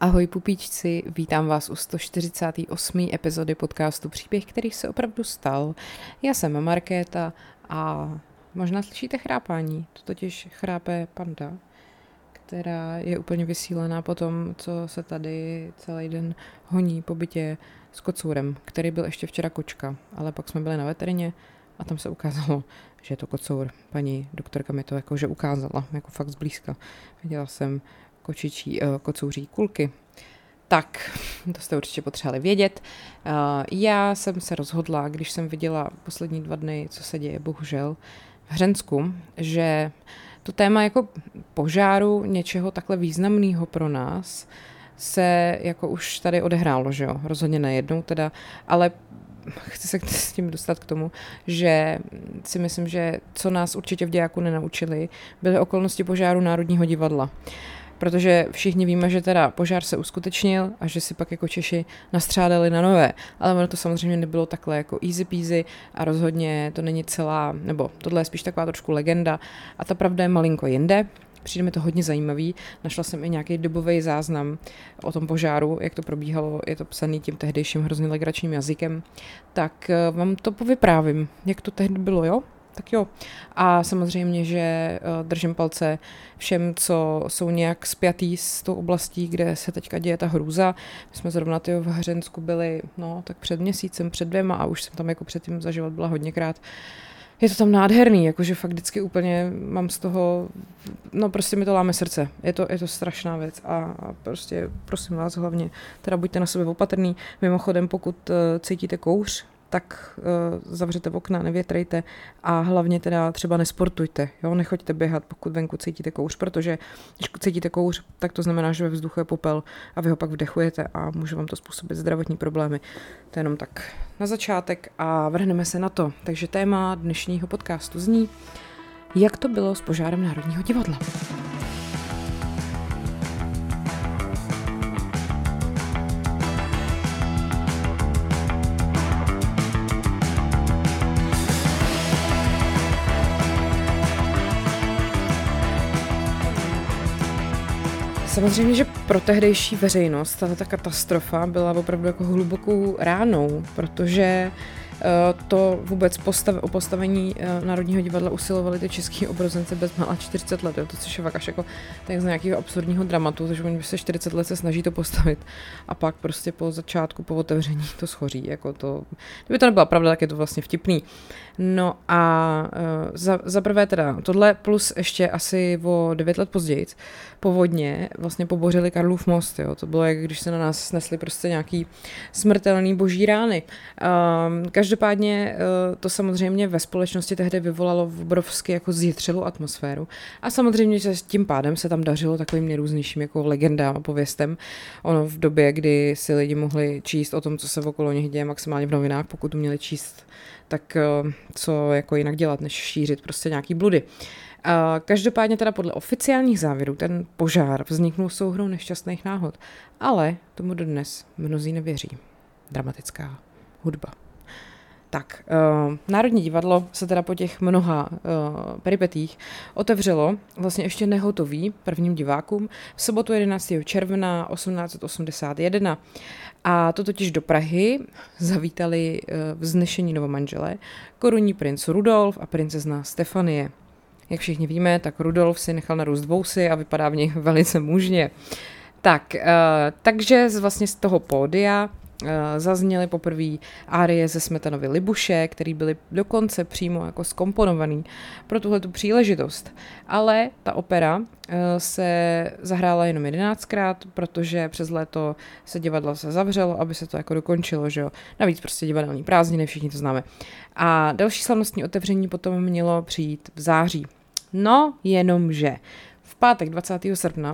Ahoj pupíčci, vítám vás u 148. epizody podcastu Příběh, který se opravdu stal. Já jsem Markéta a možná slyšíte chrápání, to totiž chrápe panda, která je úplně vysílená po tom, co se tady celý den honí po bytě s kocourem, který byl ještě včera kočka, ale pak jsme byli na veterině a tam se ukázalo, že je to kocour. Paní doktorka mi to jakože ukázala, jako fakt zblízka. Viděla jsem kocouří kulky. Tak, to jste určitě potřebovali vědět. Já jsem se rozhodla, když jsem viděla poslední 2 dny, co se děje bohužel v Hřensku, že to téma jako požáru něčeho takhle významného pro nás se jako už tady odehrálo, že jo? Rozhodně nejednou teda, ale chci se s tím dostat k tomu, že si myslím, že co nás určitě v dějáku nenaučili, byly okolnosti požáru Národního divadla. Protože všichni víme, že teda požár se uskutečnil a že si pak jako Češi nastřádali na nové. Ale ono to samozřejmě nebylo takhle jako easy peasy a rozhodně to není celá, nebo tohle je spíš taková trošku legenda a ta pravda je malinko jinde. Přijde mi to hodně zajímavý. Našla jsem i nějaký dobový záznam o tom požáru, jak to probíhalo, je to psaný tím tehdejším hrozně legračním jazykem. Tak vám to povyprávím, jak to tehdy bylo, jo? Tak jo. A samozřejmě, že držím palce všem, co jsou nějak spjatý s tou oblastí, kde se teďka děje ta hrůza. My jsme zrovna v Hřensku byli, tak před měsícem, před 2 a už jsem tam jako předtím za život byla hodněkrát. Je to tam nádherný, jakože fakt vždycky úplně mám z toho, prostě mi to láme srdce. Je to strašná věc a prostě prosím vás hlavně, teda buďte na sebe opatrný. Mimochodem, pokud cítíte kouř, tak zavřete okna, nevětrejte a hlavně teda třeba nesportujte, jo? Nechoďte běhat, pokud venku cítíte kouř, protože když cítíte kouř, tak to znamená, že ve vzduchu je popel a vy ho pak vdechujete a může vám to způsobit zdravotní problémy. To je jenom tak na začátek a vrhneme se na to. Takže téma dnešního podcastu zní, jak to bylo s požárem Národního divadla. Samozřejmě, že pro tehdejší veřejnost ta katastrofa byla opravdu jako hlubokou ránou, protože to vůbec o postavení Národního divadla usilovali ty český obrozenci bezmála 40 let, to což je fakt až jako tak z nějakého absurdního dramatu, takže oni se 40 let se snaží to postavit a pak prostě po začátku, po otevření to schoří, jako to, kdyby to nebyla pravda, tak je to vlastně vtipný. No a za prvé teda tohle plus ještě asi o 9 let později povodně vlastně pobořili Karlův most, jo. To bylo, jak když se na nás snesly prostě nějaký smrtelný boží rány. Každopádně to samozřejmě ve společnosti tehdy vyvolalo obrovsky jako zjitřilou atmosféru a samozřejmě, že tím pádem se tam dařilo takovým nejrůznějším jako legendám a pověstem. Ono v době, kdy si lidi mohli číst o tom, co se okolo nich děje maximálně v novinách, pokud uměli číst, tak co jako jinak dělat, než šířit prostě nějaký bludy. Každopádně teda podle oficiálních závěrů ten požár vzniknul souhrou nešťastných náhod, ale tomu dodnes mnozí nevěří. Dramatická hudba. Tak, Národní divadlo se teda po těch mnoha peripetích otevřelo vlastně ještě nehotový prvním divákům v sobotu 11. června 1881. A to totiž do Prahy zavítali vznešení novomanželé, korunní princ Rudolf a princezna Stefanie. Jak všichni víme, tak Rudolf si nechal narůst vousy a vypadá v nich velice mužně. Tak, takže vlastně z toho pódia zazněly poprvé árie ze Smetanovy Libuše, který byly dokonce přímo jako zkomponovaný pro tuhletu příležitost. Ale ta opera se zahrála jenom 11krát, protože přes léto se divadlo zavřelo, aby se to jako dokončilo, že jo. Navíc prostě divadelní prázdniny, všichni to známe. A další slavnostní otevření potom mělo přijít v září. No, jenomže v pátek 20. srpna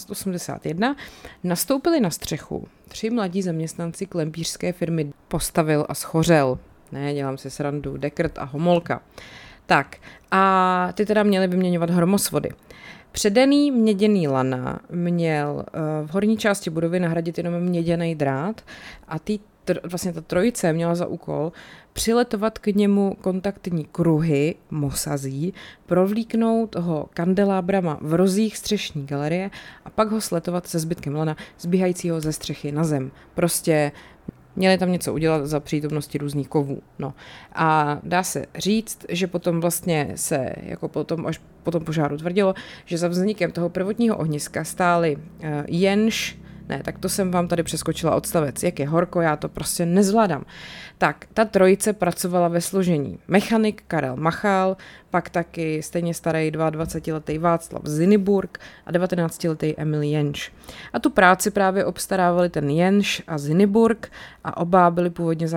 1881 nastoupili na střechu 3 mladí zaměstnanci klempířské firmy Postavil a Schořel. Ne, dělám si srandu, Dekrt a Homolka. Tak, a ty teda měli vyměňovat hromosvody. Předaný měděný lana měl v horní části budovy nahradit jenom měděný drát a vlastně ta trojice měla za úkol přiletovat k němu kontaktní kruhy mosazí, provlíknout ho kandelábrama v rozích střešní galerie a pak ho sletovat se zbytkem lana zbíhajícího ze střechy na zem. Prostě měli tam něco udělat za přítomnosti různých kovů. No. A dá se říct, že potom vlastně se, jako potom až po tom požáru tvrdilo, že za vznikem toho prvotního ohniska stály jenž. Ne, tak to jsem vám tady přeskočila odstavec. Jak je horko, já to prostě nezvládám. Tak, ta trojice pracovala ve složení mechanik Karel Machal, pak taky stejně starý 22letý Václav Ziniburg a 19letý Emil Jenš. A tu práci právě obstarávali ten Jenš a Ziniburg a oba byli původně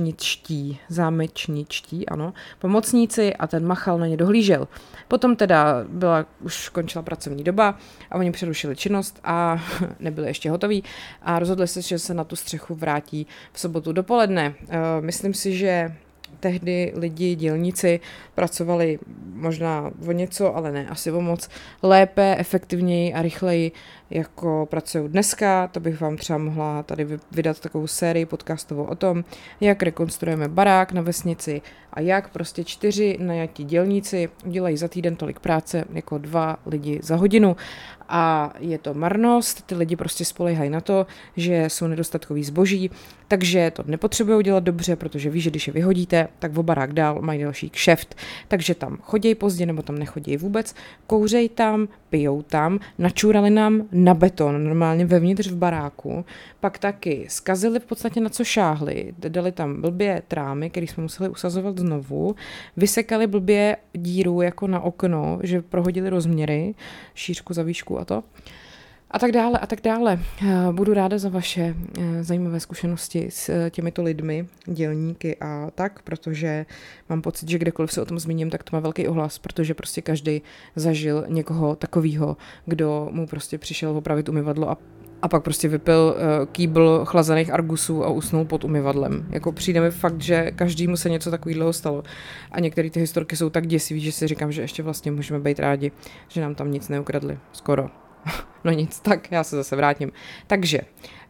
zámečničtí, ano, pomocníci a ten Machal na ně dohlížel. Potom teda už končila pracovní doba a oni přerušili činnost a nebyli ještě hotoví a rozhodli se, že se na tu střechu vrátí v sobotu dopoledne. Myslím si, že tehdy lidi, dělníci pracovali možná o něco, ale ne asi o moc, lépe, efektivněji a rychleji, jako pracují dneska. To bych vám třeba mohla tady vydat takovou sérii podcastovou o tom, jak rekonstruujeme barák na vesnici a jak prostě 4 najatí dělníci udělají za týden tolik práce jako 2 lidi za hodinu. A je to marnost, ty lidi prostě spoléhají na to, že jsou nedostatkový zboží, takže to nepotřebují dělat dobře, protože ví, že když je vyhodíte, tak o barák dál mají další kšeft. Takže tam chodějí pozdě nebo tam nechodějí vůbec, kouřej tam, pijou tam, načurali nám na beton, normálně vevnitř v baráku, pak taky zkazili v podstatě na co šáhli, dali tam blbě trámy, který jsme museli usazovat znovu, vysekali blbě díru jako na okno, že prohodili rozměry, šířku za výšku a to. A tak dále, a tak dále. Budu ráda za vaše zajímavé zkušenosti s těmito lidmi, dělníky a tak, protože mám pocit, že kdekoliv se o tom zmíním, tak to má velký ohlas, protože prostě každý zažil někoho takového, kdo mu prostě přišel opravit umyvadlo a pak prostě vypil kýbl chlazených argusů a usnul pod umyvadlem. Jako přijde mi fakt, že každému se něco takového stalo. A některé ty historky jsou tak děsivý, že si říkám, že ještě vlastně můžeme být rádi, že nám tam nic neukradli. Skoro. No nic, tak já se zase vrátím. Takže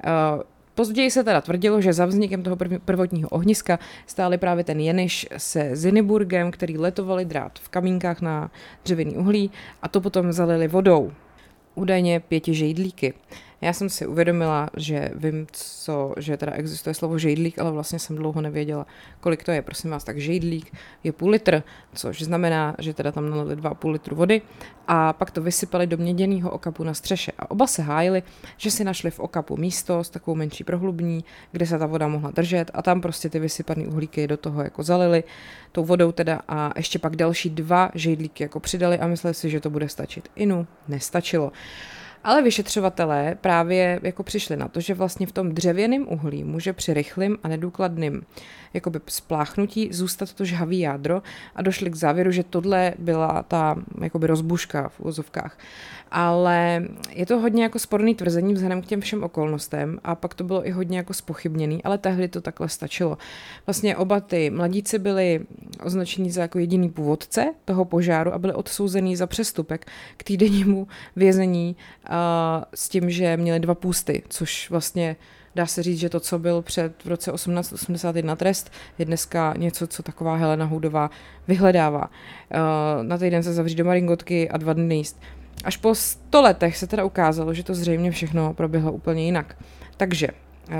později se teda tvrdilo, že za vznikem toho prvotního ohniska stály právě ten Jeniš se Ziniburgem, který letovali drát v kamínkách na dřevěný uhlí a to potom zalili vodou. Údajně 5 žejdlíky. Já jsem si uvědomila, že vím, že teda existuje slovo žejdlík, ale vlastně jsem dlouho nevěděla, kolik to je. Prosím vás, tak žejdlík je půl litr, což znamená, že teda tam nalili 2,5 litru vody a pak to vysypali do měděného okapu na střeše. A oba se hájili, že si našli v okapu místo s takovou menší prohlubní, kde se ta voda mohla držet a tam prostě ty vysypané uhlíky do toho jako zalili tou vodou teda a ještě pak další 2 žejdlíky jako přidali a mysleli si, že to bude stačit. Inu, nestačilo. Ale vyšetřovatelé právě jako přišli na to, že vlastně v tom dřevěném uhlí může při rychlým a nedůkladným jakoby spláchnutí zůstat to žhavý jádro a došli k závěru, že tohle byla ta jakoby rozbuška v uvozovkách. Ale je to hodně jako sporný tvrzení vzhledem k těm všem okolnostem a pak to bylo i hodně jako zpochybněný, ale tehdy to takhle stačilo. Vlastně oba ty mladíci byli označeni za jako jediný původce toho požáru a byli odsouzený za přestupek k týdennímu vězení s tím, že měli 2 půsty, což vlastně dá se říct, že to, co byl v roce 1881 trest, je dneska něco, co taková Helena Houdová vyhledává. Na týden se zavřít do maringotky a 2 dny nejíst. Až po 100 letech se teda ukázalo, že to zřejmě všechno proběhlo úplně jinak. Takže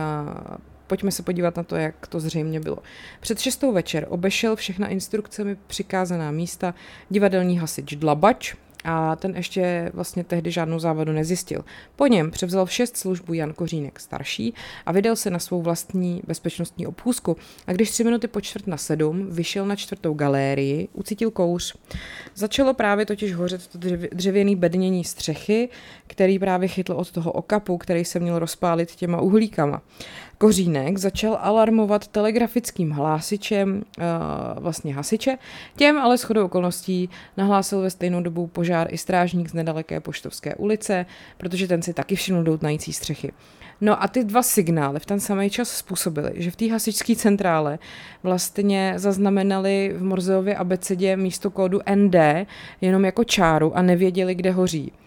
pojďme se podívat na to, jak to zřejmě bylo. Před 6. večer obešel všechna instrukcemi přikázaná místa divadelní hasič Dlabač a ten ještě vlastně tehdy žádnou závadu nezjistil. Po něm převzal vše službu Jan Kořínek starší a vydal se na svou vlastní bezpečnostní obchůzku a když 3 minuty po 6:45 vyšel na 4. galérii, ucítil kouř. Začalo právě totiž hořet to dřevěný bednění střechy, který právě chytl od toho okapu, který se měl rozpálit těma uhlíkama. Kořínek začal alarmovat telegrafickým hlásičem vlastně hasiče, těm ale shodou okolností nahlásil ve stejnou dobu požár i strážník z nedaleké Poštovské ulice, protože ten si taky všiml doutnající střechy. No a ty 2 signály v ten samý čas způsobily, že v té hasičské centrále vlastně zaznamenali v Morzeově abecedě místo kódu ND jenom jako čáru a nevěděli, kde hoří.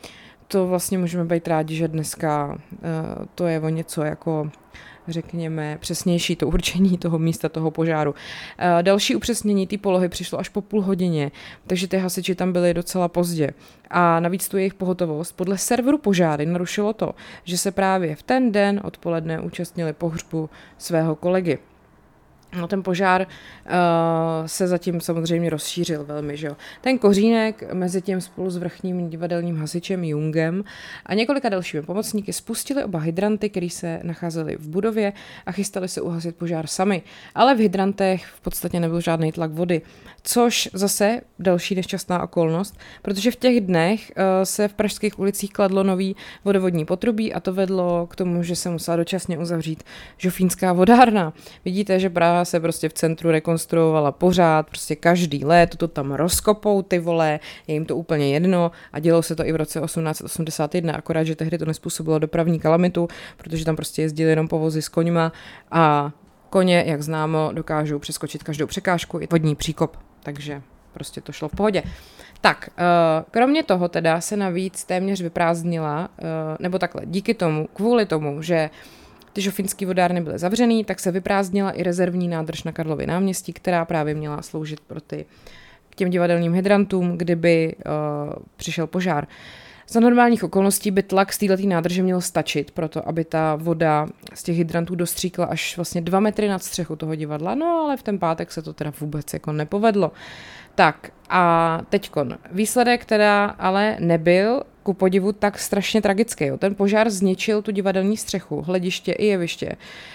to vlastně můžeme být rádi, že dneska to je o něco jako řekněme, přesnější to určení toho místa, toho požáru. Další upřesnění té polohy přišlo až po půl hodině, takže ty hasiči tam byli docela pozdě. A navíc tu jejich pohotovost podle serveru Požáry narušilo to, že se právě v ten den odpoledne účastnili pohřbu svého kolegy. No, ten požár se zatím samozřejmě rozšířil velmi, že jo. Ten Kořínek mezi tím spolu s vrchním divadelním hasičem Jungem a několika dalšími pomocníky spustili oba hydranty, které se nacházely v budově a chystali se uhasit požár sami. Ale v hydrantech v podstatě nebyl žádný tlak vody, což zase další nešťastná okolnost, protože v těch dnech se v pražských ulicích kladlo nový vodovodní potrubí a to vedlo k tomu, že se musela dočasně uzavřít žofínská vodárna. Vidíte, že Praha se prostě v centru rekonstruovala pořád, prostě každý let to tam rozkopou ty vole, je jim to úplně jedno a dělo se to i v roce 1881, akorát, že tehdy to nespůsobilo dopravní kalamitu, protože tam prostě jezdili jenom povozy s koňma a koně, jak známo, dokážou přeskočit každou překážku i vodní příkop, takže prostě to šlo v pohodě. Tak, kromě toho teda se navíc téměř vyprázdnila, nebo takhle, kvůli tomu, že ty žofínský vodárny byly zavřený, tak se vyprázdnila i rezervní nádrž na Karlově náměstí, která právě měla sloužit k těm divadelním hydrantům, kdyby přišel požár. Za normálních okolností by tlak z této nádrže měl stačit proto, aby ta voda z těch hydrantů dostříkla až vlastně 2 metry nad střechu toho divadla, no ale v ten pátek se to teda vůbec jako nepovedlo. Tak a teďkon výsledek teda ale nebyl ku podivu tak strašně tragický. Jo. Ten požár zničil tu divadelní střechu, hlediště i jeviště,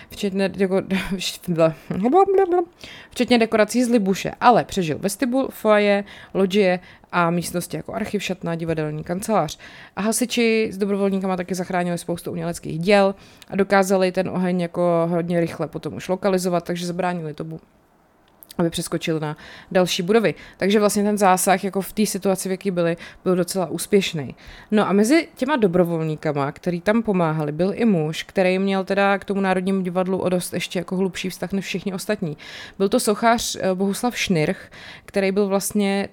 včetně dekorací z libuše, ale přežil vestibul, foyer, loďie a místnosti jako archiv, šatna, divadelní kancelář. A hasiči s dobrovolníkama taky zachránili spoustu uměleckých děl a dokázali ten oheň jako hodně rychle potom už lokalizovat, takže zabránili tomu, aby přeskočil na další budovy. Takže vlastně ten zásah jako v té situaci, v jaký byl docela úspěšný. No a mezi těma dobrovolníkama, který tam pomáhali, byl i muž, který měl teda k tomu Národnímu divadlu o dost ještě jako hlubší vztah než všichni ostatní. Byl to sochař Bohuslav Šnirch, který byl vlastně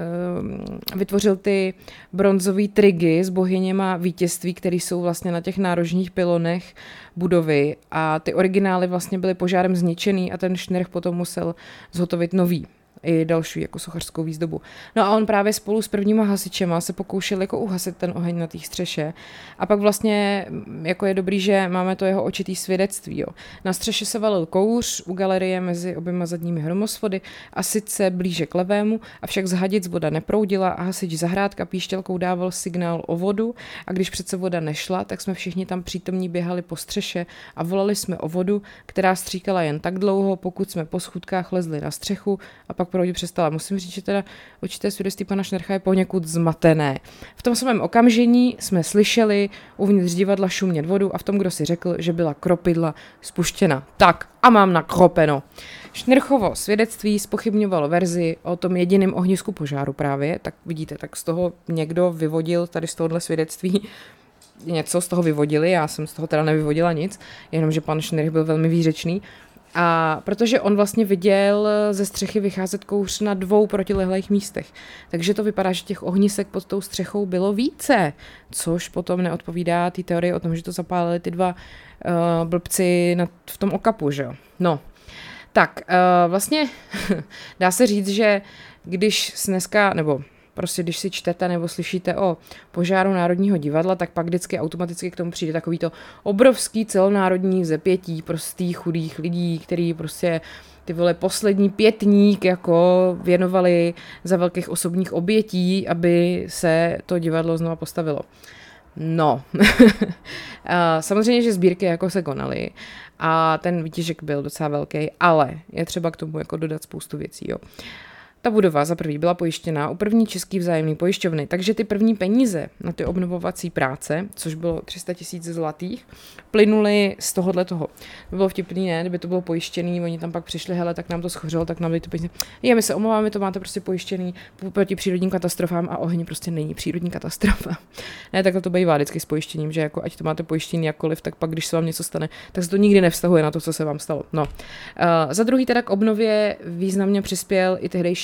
vytvořil ty bronzové trigy s bohyněma vítězství, které jsou vlastně na těch nárožních pilonech budovy a ty originály vlastně byly požárem zničený a ten Šnirch potom musel zhotovit nový i další jako sochařskou výzdobu. No a on právě spolu s prvníma hasičema se pokoušel jako uhasit ten oheň na té střeše a pak vlastně jako je dobrý, že máme to jeho očitý svědectví. Jo. Na střeše se valil kouř u galerie mezi oběma zadními hromosvody a sice blíže k levému, avšak z hadic voda neproudila a hasič Zahrádka píšťalkou dával signál o vodu a když přece voda nešla, tak jsme všichni tam přítomní běhali po střeše a volali jsme o vodu, která stříkala jen tak dlouho, pokud jsme po schůdkách lezli na střechu a pak proudit přestala. Musím říct, že teda určité svědectví pana Šnircha je poněkud zmatené. V tom samém okamžení jsme slyšeli uvnitř divadla šumět vodu a v tom, kdo si řekl, že byla kropidla spuštěna. Tak a mám nakropeno. Šnirchovo svědectví zpochybňovalo verzi o tom jediném ohnisku požáru právě, tak vidíte, tak z toho někdo vyvodil tady z tohohle svědectví něco z toho vyvodili, já jsem z toho teda nevyvodila nic, jenomže pan Šnirch byl velmi výřečný. A protože on vlastně viděl ze střechy vycházet kouř na 2 protilehlých místech. Takže to vypadá, že těch ohnisek pod tou střechou bylo více, což potom neodpovídá té teorii o tom, že to zapálili ty 2 blbci v tom okapu, že jo. No, tak vlastně dá se říct, že když dneska, nebo prostě když si čtete nebo slyšíte o požáru Národního divadla, tak pak vždycky automaticky k tomu přijde takovýto obrovský celonárodní vzepětí prostých chudých lidí, který prostě ty vole poslední pětník jako věnovali za velkých osobních obětí, aby se to divadlo znova postavilo. No, samozřejmě, že sbírky jako se konaly a ten výtěžek byl docela velký, ale je třeba k tomu jako dodat spoustu věcí, jo. Ta budova za prvý byla pojištěná u první český vzájemný pojišťovny, takže ty první peníze na ty obnovovací práce, což bylo 300 000 zlatých, plynuly z tohohle toho. To bylo vtipný, ne? Kdyby to bylo pojištěný, oni tam pak přišli, hele, tak nám to schořelo, tak nám dali to peníze. My se omlouváme, to máte prostě pojištěný proti přírodním katastrofám a oheň prostě není přírodní katastrofa. Ne, takhle to bývá vždycky s pojištěním, že jako ať to máte pojištěný jakkoliv, tak pak když se vám něco stane, tak se to nikdy nevztahuje na to, co se vám stalo. No. Za druhý teda k obnově významně přispěl i tehdejší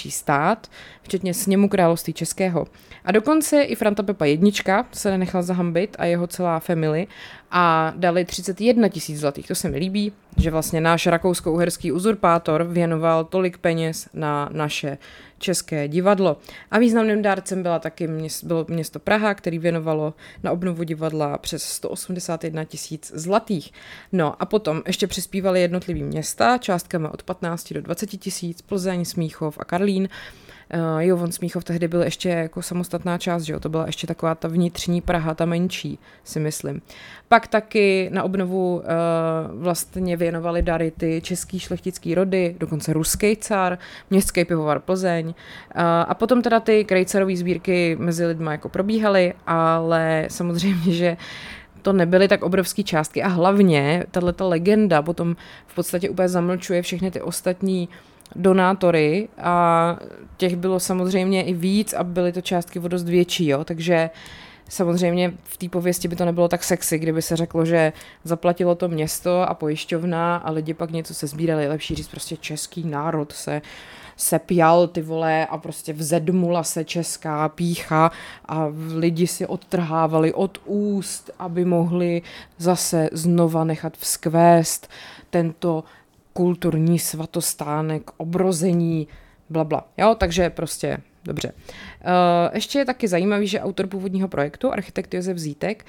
největší stát, včetně sněmu království českého. A dokonce i Franta Pepa jednička se nenechal zahambit a jeho celá family a dali 31 000 zlatých. To se mi líbí, že vlastně náš rakousko-uherský uzurpátor věnoval tolik peněz na naše české divadlo. A významným dárcem bylo město Praha, který věnovalo na obnovu divadla přes 181 000 zlatých. No a potom ještě přispívali jednotlivý města částkami od 15 do 20 000, Plzeň, Smíchov a Karlín. On Smíchov tehdy byl ještě jako samostatná část, že jo? To byla ještě taková ta vnitřní Praha, ta menší, si myslím. Pak taky na obnovu vlastně věnovali dary ty český šlechtický rody, dokonce ruský car, městský pivovar Plzeň. A potom teda ty krejcarové sbírky mezi lidma jako probíhaly, ale samozřejmě, že to nebyly tak obrovské částky a hlavně tato legenda potom v podstatě úplně zamlčuje všechny ty ostatní donátory a těch bylo samozřejmě i víc a byly to částky o dost větší, jo? Takže samozřejmě v té pověsti by to nebylo tak sexy, kdyby se řeklo, že zaplatilo to město a pojišťovna a lidi pak něco se sbírali. Lepší říct prostě český národ se pjal, ty vole, a prostě vzedmula se česká pýcha a lidi si odtrhávali od úst, aby mohli zase znova nechat vzkvést tento kulturní svatostánek, obrození, blabla. Jo, takže prostě dobře. Ještě je taky zajímavý, že autor původního projektu, architekt Josef Zítek,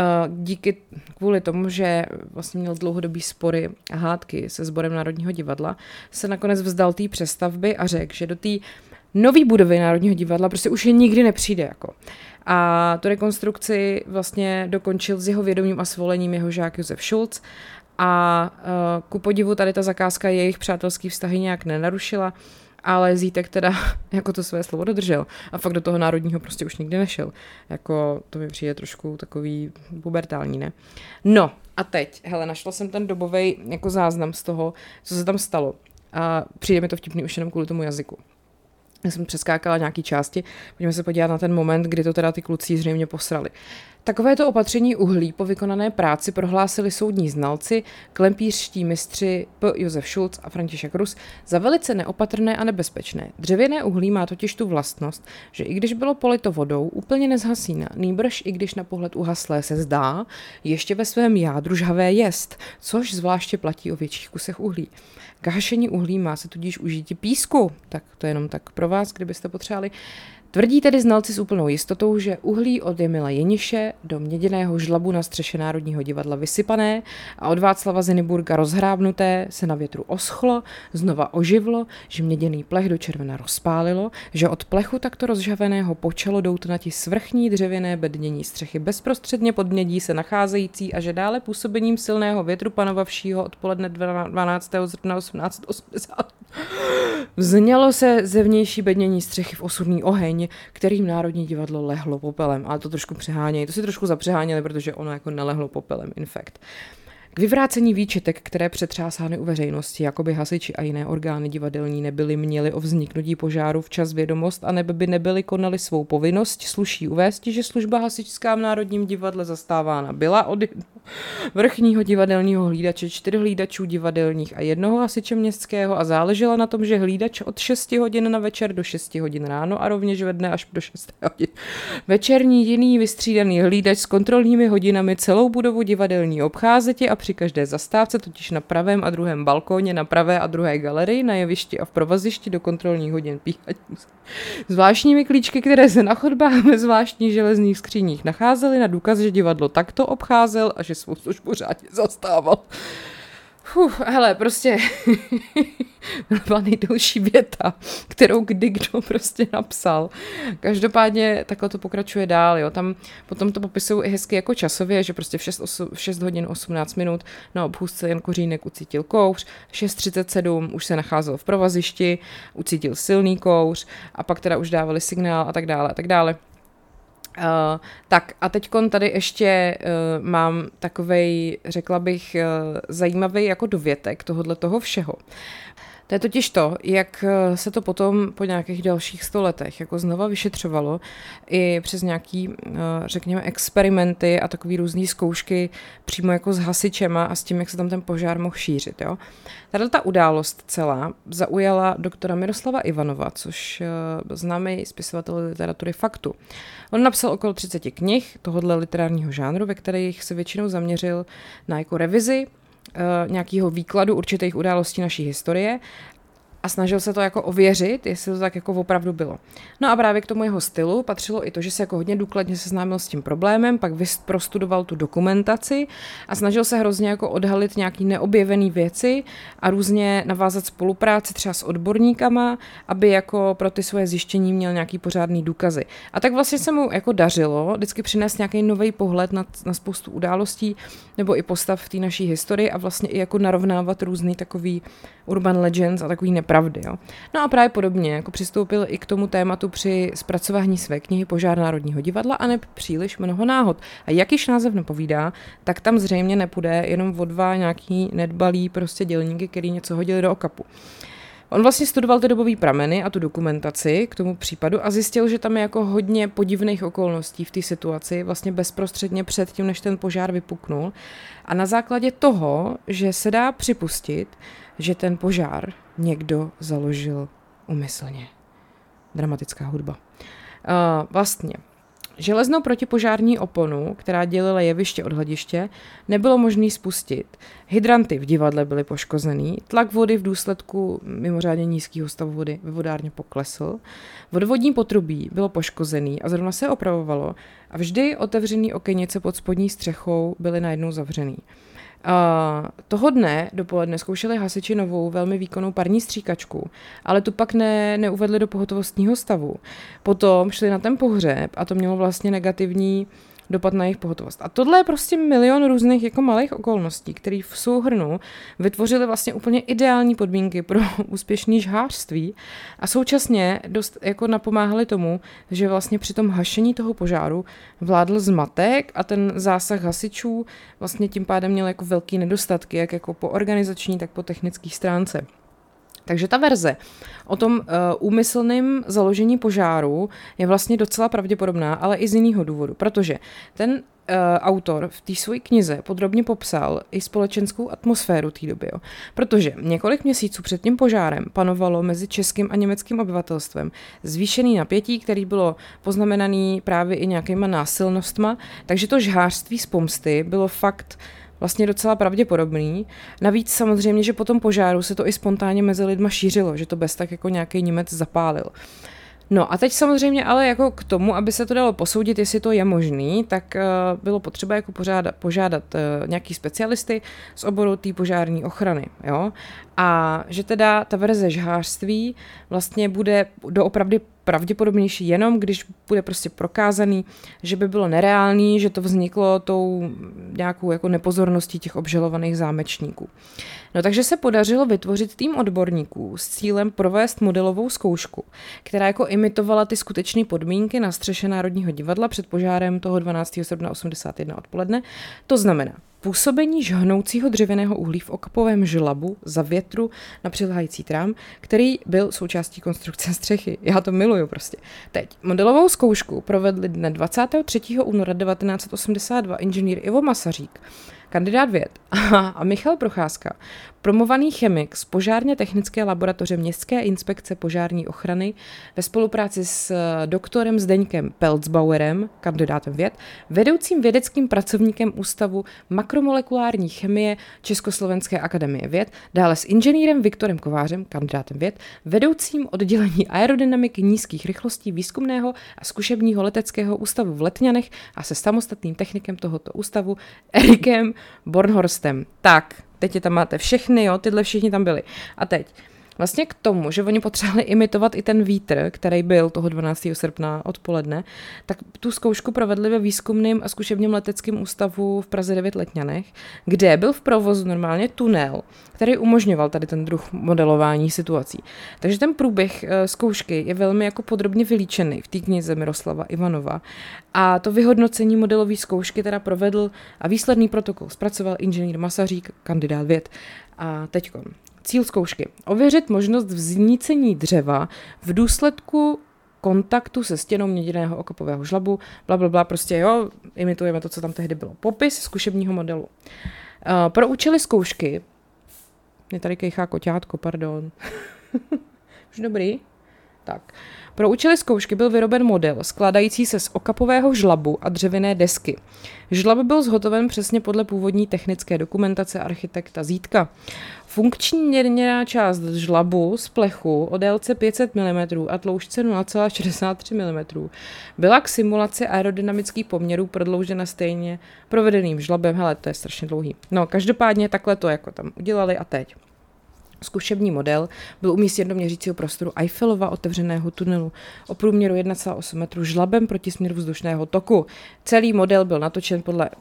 kvůli tomu, že vlastně měl dlouhodobý spory a hádky se Sborem Národního divadla, se nakonec vzdal té přestavby a řekl, že do té nové budovy Národního divadla prostě už je nikdy nepřijde. Jako. A tu rekonstrukci vlastně dokončil s jeho vědomím a svolením jeho žák Josef Šulc. A ku podivu tady ta zakázka jejich přátelský vztahy nějak nenarušila, ale Zítek teda jako to své slovo dodržel a fakt do toho národního prostě už nikdy nešel. Jako to mi přijde trošku takový pubertální, ne? No a teď, hele, našla jsem ten dobovej jako záznam z toho, co se tam stalo a přijde mi to vtipný už jenom kvůli tomu jazyku. Já jsem přeskákala nějaký části, pojďme se podívat na ten moment, kdy to teda ty kluci zřejmě posrali. Takovéto opatření uhlí po vykonané práci prohlásili soudní znalci, klempířští mistři P. Josef Šulc a František Rus za velice neopatrné a nebezpečné. Dřevěné uhlí má totiž tu vlastnost, že i když bylo polito vodou, úplně nezhasíná, nýbrž i když na pohled uhaslé se zdá, ještě ve svém jádru žhavé jest, což zvláště platí o větších kusech uhlí. K hašení uhlí má se tudíž užití písku, tak to je jenom tak pro vás, kdybyste potřebovali. Tvrdí tedy znalci s úplnou jistotou, že uhlí od Emila Jeniše do měděného žlabu na střeše Národního divadla vysypané a od Václava Zeniburga rozhrábnuté se na větru oschlo, znova oživlo, že měděný plech do červena rozpálilo, že od plechu takto rozžhaveného počalo doutnati svrchní dřevěné bednění střechy bezprostředně pod mědí se nacházející a že dále působením silného větru panovavšího odpoledne 12. srpna 1880 vznělo se zevnější bednění střechy v osudný oheň, kterým Národní divadlo lehlo popelem. Ale to trošku přehánějí, to si trošku zapřeháněli, protože ono jako nelehlo popelem, in fact. K vyvrácení výčitek, které přetřásány u veřejnosti, jakoby hasiči a jiné orgány divadelní měli o vzniknutí požáru včas vědomost a by nebyli konali svou povinnost, sluší uvést, že služba hasičská v Národním divadle zastávána byla od vrchního divadelního hlídače, 4 hlídačů divadelních a 1 hasiče městského a záležela na tom, že hlídač od 6 hodin na večer do 6 hodin ráno a rovněž ve dne až do 6 hodin. Večerní jiný vystřídaný hlídač s kontrolními hodinami celou budovu divadelní obcházeti a při každé zastávce, totiž na pravém a druhém balkóně, na pravé a druhé galerii, na jevišti a v provazišti do kontrolních hodin píchat. Zvláštními klíčky, které se na chodbách ve zvláštních železných skříních nacházely na důkaz, že divadlo takto obcházel a že svou službu řádně zastával. Hele, prostě byla nejdelší věta, kterou kdy kdo prostě napsal. Každopádně takhle to pokračuje dál, jo. Tam potom to popisují i hezky jako časově, že prostě v 6 hodin 18 minut na obchůzce Jan Kořínek ucítil kouř, 6:37 už se nacházel v provazišti, ucítil silný kouř a pak teda už dávali signál a tak dále a tak dále. Tak a teďkon tady ještě mám takovej, řekla bych, zajímavý jako dovětek tohohle toho všeho. To je totiž to, jak se to potom po nějakých dalších 100 letech jako znova vyšetřovalo i přes nějaký, řekněme, experimenty a takový různý zkoušky přímo jako s hasičema a s tím, jak se tam ten požár mohl šířit. Jo? Ta událost celá zaujala doktora Miroslava Ivanova, což byl známý spisovatel literatury faktu. On napsal okolo 30 knih tohohle literárního žánru, ve kterých se většinou zaměřil na jako revizi nějakého výkladu určitých událostí naší historie a snažil se to jako ověřit, jestli to tak jako opravdu bylo. No a právě k tomu jeho stylu patřilo i to, že se jako hodně důkladně seznámil s tím problémem, pak prostudoval tu dokumentaci a snažil se hrozně jako odhalit nějaký neobjevený věci a různě navázat spolupráci třeba s odborníkama, aby jako pro ty svoje zjištění měl nějaký pořádný důkazy. A tak vlastně se mu jako dařilo vždycky přinést nějaký nový pohled na spoustu událostí nebo i postav v té naší historii a vlastně i jako narovnávat různý takový urban legends a takový nepravdy. Jo. No a právě podobně jako přistoupil i k tomu tématu při zpracování své knihy Požár Národního divadla a ne příliš mnoho náhod. A jak již název nepovídá, tak tam zřejmě nepůjde jenom o dva nějaký nedbalí prostě dělníky, který něco hodili do okapu. On vlastně studoval ty dobové prameny a tu dokumentaci k tomu případu a zjistil, že tam je jako hodně podivných okolností v té situaci, vlastně bezprostředně před tím, než ten požár vypuknul. A na základě toho, že se dá připustit, že ten požár někdo založil úmyslně. Dramatická hudba. Vlastně železnou protipožární oponu, která dělila jeviště od hlediště, nebylo možné spustit. Hydranty v divadle byly poškozený, tlak vody v důsledku mimořádně nízkého stavu vody ve vodárně poklesl, vodovodní potrubí bylo poškozený a zrovna se opravovalo a vždy otevřený okenice pod spodní střechou byly najednou zavřený. Toho dne dopoledne zkoušeli hasiči novou, velmi výkonnou parní stříkačku, ale tu pak neuvedli do pohotovostního stavu. Potom šli na ten pohřeb a to mělo vlastně negativní dopad na jejich pohotovost. A tohle je prostě milion různých jako malých okolností, které v souhrnu vytvořily vlastně úplně ideální podmínky pro úspěšné žhářství a současně dost jako napomáhali tomu, že vlastně při tom hašení toho požáru vládl zmatek a ten zásah hasičů vlastně tím pádem měl jako velký nedostatky, jak jako po organizační, tak po technické stránce. Takže ta verze o tom úmyslném založení požáru je vlastně docela pravděpodobná, ale i z jiného důvodu, protože ten autor v té své knize podrobně popsal i společenskou atmosféru té doby. Jo. Protože několik měsíců před tím požárem panovalo mezi českým a německým obyvatelstvem zvýšený napětí, který bylo poznamenaný právě i nějakýma násilnostma, takže to žhářství z pomsty bylo fakt vlastně docela pravděpodobný. Navíc samozřejmě, že po tom požáru se to i spontánně mezi lidma šířilo, že to bez tak jako nějaký Němec zapálil. No a teď samozřejmě ale jako k tomu, aby se to dalo posoudit, jestli to je možný, tak bylo potřeba jako požádat nějaký specialisty z oboru té požární ochrany. Jo? A že teda ta verze žhářství vlastně bude doopravdy pravděpodobnější jenom, když bude prostě prokázaný, že by bylo nereálný, že to vzniklo tou nějakou jako nepozorností těch obžalovaných zámečníků. No takže se podařilo vytvořit tým odborníků s cílem provést modelovou zkoušku, která jako imitovala ty skutečné podmínky na střeše Národního divadla před požárem toho 12. srpna 81 odpoledne. To znamená působení žhnoucího dřevěného uhlí v okapovém žlabu za větru na přiléhající trám, který byl součástí konstrukce střechy. Já to miluju prostě. Teď modelovou zkoušku provedli dne 23. února 1982 inženýr Ivo Masařík, kandidát věd a Michal Procházka, promovaný chemik z požárně technické laboratoře Městské inspekce požární ochrany ve spolupráci s doktorem Zdeňkem Pelcbauerem, kandidátem věd, vedoucím vědeckým pracovníkem Ústavu makromolekulární chemie Československé akademie věd, dále s inženýrem Viktorem Kovářem, kandidátem věd, vedoucím oddělení aerodynamiky nízkých rychlostí výzkumného a zkušebního leteckého ústavu v Letňanech a se samostatným technikem tohoto ústavu Erikem Bornhorstem. Tak, teď je tam máte všechny, jo, tyhle všichni tam byli. A teď, vlastně k tomu, že oni potřebovali imitovat i ten vítr, který byl toho 12. srpna odpoledne, tak tu zkoušku provedli ve výzkumném a zkušebním leteckém ústavu v Praze 9 Letňanech, kde byl v provozu normálně tunel, který umožňoval tady ten druh modelování situací. Takže ten průběh zkoušky je velmi jako podrobně vylíčený v té knize Miroslava Ivanova. A to vyhodnocení modelové zkoušky teda provedl a výsledný protokol zpracoval inženýr Masařík, kandidát věd. A teďkon. Cíl zkoušky. Ověřit možnost vznícení dřeva v důsledku kontaktu se stěnou měděného okapového žlabu, blablabla, prostě jo, imitujeme to, co tam tehdy bylo. Popis zkušebního modelu. Pro účely zkoušky, mě tady kejchá koťátko, pardon. Už dobrý? Tak. Pro účely zkoušky byl vyroben model skládající se z okapového žlabu a dřevěné desky. Žlab byl zhotoven přesně podle původní technické dokumentace architekta Zítka. Funkční měrná část žlabu z plechu o délce 500 mm a tloušťce 0,63 mm byla k simulaci aerodynamických poměrů prodloužena stejně provedeným žlabem. Hele, to je strašně dlouhý. No, každopádně takhle to jako tam udělali a teď. Zkušební model byl umístěn do měřícího prostoru Eiffelova otevřeného tunelu o průměru 1,8 metru žlabem proti směru vzdušného toku. Celý model byl natočen podle,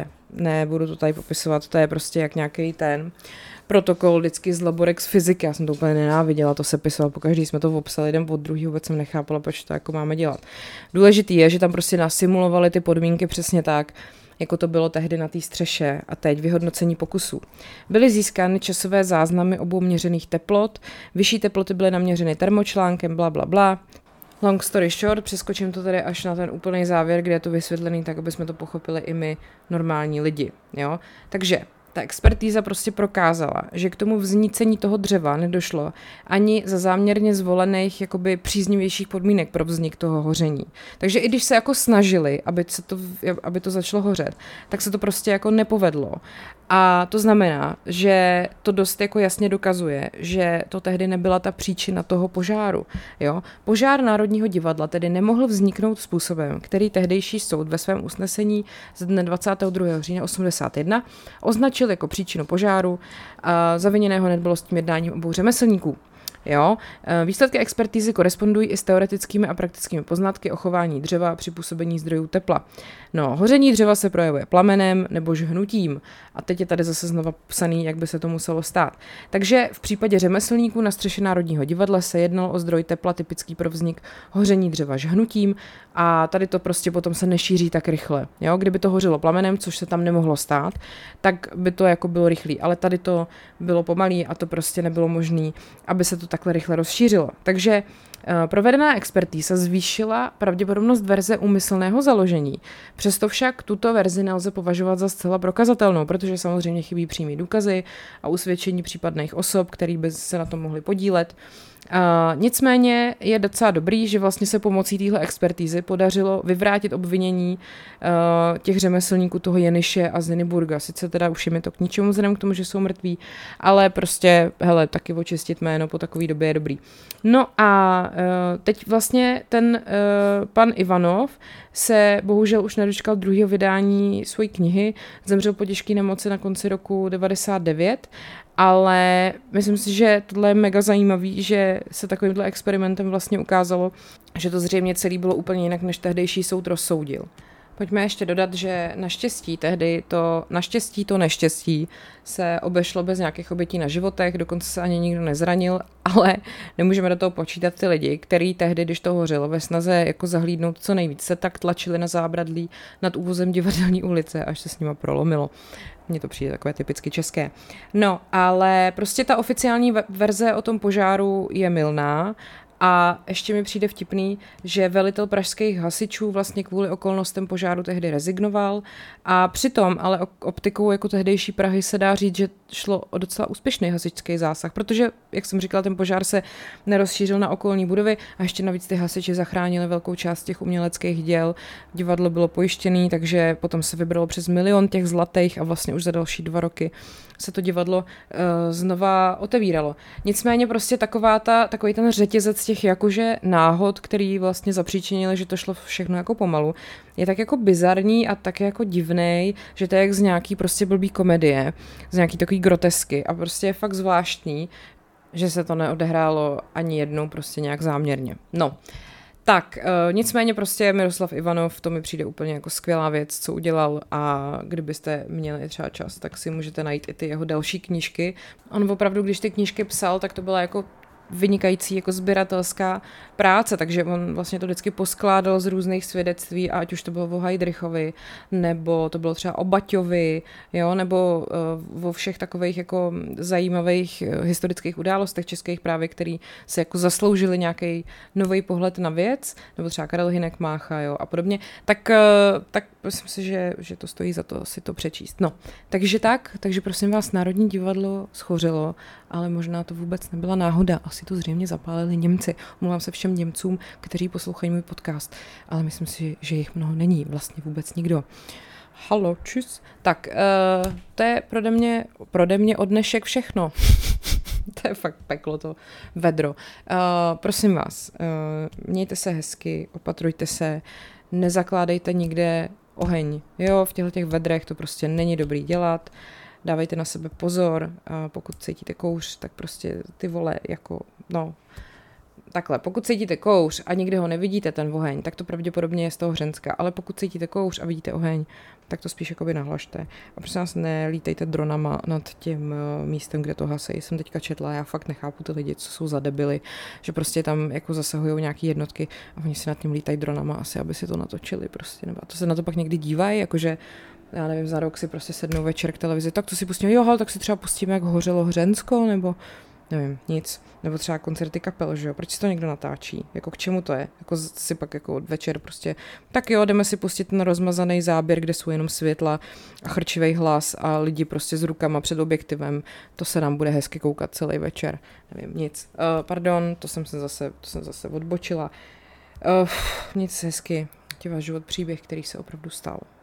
nebudu to tady popisovat, to je prostě jak nějaký ten protokol vždycky z laborek z fyziky. Já jsem to úplně nenáviděla, to se pisalo, pokaždý jsme to obsali jeden od druhý, vůbec jsem nechápala, proč to jako máme dělat. Důležitý je, že tam prostě nasimulovali ty podmínky přesně tak, jako to bylo tehdy na té střeše a teď vyhodnocení pokusů. Byly získány časové záznamy obou měřených teplot, vyšší teploty byly naměřeny termočlánkem, bla, bla, bla. Long story short, přeskočím to tady až na ten úplný závěr, kde je to vysvětlený tak, aby jsme to pochopili i my normální lidi. Jo? Takže ta expertíza prostě prokázala, že k tomu vznícení toho dřeva nedošlo ani za záměrně zvolených jakoby příznivějších podmínek pro vznik toho hoření. Takže i když se jako snažili, aby to začalo hořet, tak se to prostě jako nepovedlo. A to znamená, že to dost jako jasně dokazuje, že to tehdy nebyla ta příčina toho požáru. Jo? Požár Národního divadla tedy nemohl vzniknout způsobem, který tehdejší soud ve svém usnesení z dne 22. října 1981 označil jako příčinu požáru a zaviněného nedbalostním jednáním obou řemeslníků. Jo? Výsledky expertízy korespondují i s teoretickými a praktickými poznatky o chování dřeva při působení zdrojů tepla. No, hoření dřeva se projevuje plamenem nebo žhnutím. A teď je tady zase znova psaný, jak by se to muselo stát. Takže v případě řemeslníků na střeše Národního divadla se jednalo o zdroj tepla typický pro vznik hoření dřeva žhnutím a tady to prostě potom se nešíří tak rychle. Jo? Kdyby to hořilo plamenem, což se tam nemohlo stát, tak by to jako bylo rychlý. Ale tady to bylo pomalý a to prostě nebylo možné, aby se to takhle rychle rozšířilo. Takže provedená expertíza zvýšila pravděpodobnost verze úmyslného založení. Přesto však tuto verzi nelze považovat za zcela prokazatelnou, protože samozřejmě chybí přímý důkazy a usvědčení případných osob, který by se na tom mohli podílet. Nicméně je docela dobrý, že vlastně se pomocí téhle expertízy podařilo vyvrátit obvinění těch řemeslníků toho Jeniše a Zeniburga. Sice teda už je mi to k ničemu vzhledem k tomu, že jsou mrtví, ale prostě, hele, taky očistit jméno po takové době je dobrý. No a teď vlastně ten pan Ivanov se bohužel už nedočkal druhého vydání své knihy, zemřel po těžké nemoci na konci roku 99, ale myslím si, že tohle je mega zajímavý, že se takovýmhle experimentem vlastně ukázalo, že to zřejmě celý bylo úplně jinak, než tehdejší soud rozsoudil. Pojďme ještě dodat, že naštěstí to neštěstí se obešlo bez nějakých obětí na životech, dokonce se ani nikdo nezranil, ale nemůžeme do toho počítat ty lidi, kteří tehdy, když to hořelo, ve snaze jako zahlídnout co nejvíc, se tak tlačili na zábradlí nad úvozem Divadelní ulice, až se s nima prolomilo. Mně to přijde takové typicky české. No, ale prostě ta oficiální verze o tom požáru je mylná. A ještě mi přijde vtipný, že velitel pražských hasičů vlastně kvůli okolnostem požáru tehdy rezignoval a přitom ale optikou jako tehdejší Prahy se dá říct, že šlo o docela úspěšný hasičský zásah, protože, jak jsem říkala, ten požár se nerozšířil na okolní budovy a ještě navíc ty hasiči zachránili velkou část těch uměleckých děl. Divadlo bylo pojištěné, takže potom se vybralo přes 1 milion těch zlatých a vlastně už za další 2 roky se to divadlo znova otevíralo. Nicméně prostě takový ten řetězec těch jakože náhod, který vlastně zapříčinili, že to šlo všechno jako pomalu, je tak jako bizarní a tak jako divnej, že to je jak z nějaký prostě blbý komedie, z nějaký takový grotesky a prostě je fakt zvláštní, že se to neodehrálo ani jednou prostě nějak záměrně. No, tak, nicméně prostě Miroslav Ivanov, to mi přijde úplně jako skvělá věc, co udělal a kdybyste měli třeba čas, tak si můžete najít i ty jeho další knížky. On opravdu, když ty knížky psal, tak to byla jako vynikající jako sběratelská práce, takže on vlastně to vždycky poskládal z různých svědectví, ať už to bylo o Heydrichovi, nebo to bylo třeba o Baťovi, jo, nebo o všech takových jako zajímavých historických událostech českých právě, který se jako zasloužili nějaký nový pohled na věc, nebo třeba Karel Hynek Mácha, jo, a podobně, tak myslím si, že to stojí za to si to přečíst. No, takže prosím vás, Národní divadlo schořelo, ale možná to vůbec nebyla náhoda. Asi to zřejmě zapálili Němci. Omlouvám se všem Němcům, kteří poslouchají můj podcast, ale myslím si, že jich mnoho není, vlastně vůbec nikdo. Halo, čus. Tak, to je prode mě od dnešek všechno. To je fakt peklo, to vedro. Prosím vás, mějte se hezky, opatrujte se, nezakládejte nikde oheň. Jo, v těchto vedrech to prostě není dobrý dělat. Dávejte na sebe pozor, a pokud cítíte kouř, tak prostě ty vole jako, no, takhle, pokud cítíte kouř a nikde ho nevidíte, ten oheň, tak to pravděpodobně je z toho Hřenska, ale pokud cítíte kouř a vidíte oheň, tak to spíš jakoby nahlašte. A prosím vás, nelítejte dronama nad tím místem, kde to hasejí. Jsem teďka četla, já fakt nechápu ty lidi, co jsou za debily, že prostě tam jako zasahujou nějaký jednotky a oni si nad tím lítají dronama asi, aby si to natočili prostě, nebo a to se na to pak někdy dívají, jakože já nevím, za rok si prostě sednou večer k televizi, tak to si pustíme, jo, tak si třeba pustíme, jak hořelo Hřensko, nebo nevím, nic, nebo třeba koncerty kapel, že jo, proč si to někdo natáčí, jako k čemu to je, jako si pak jako večer prostě, tak jo, jdeme si pustit ten rozmazaný záběr, kde jsou jenom světla a chrčivej hlas a lidi prostě s rukama před objektivem, to se nám bude hezky koukat celý večer, nevím, nic, pardon, to jsem zase odbočila, nic hezky, váš život příběh, který se opravdu stal.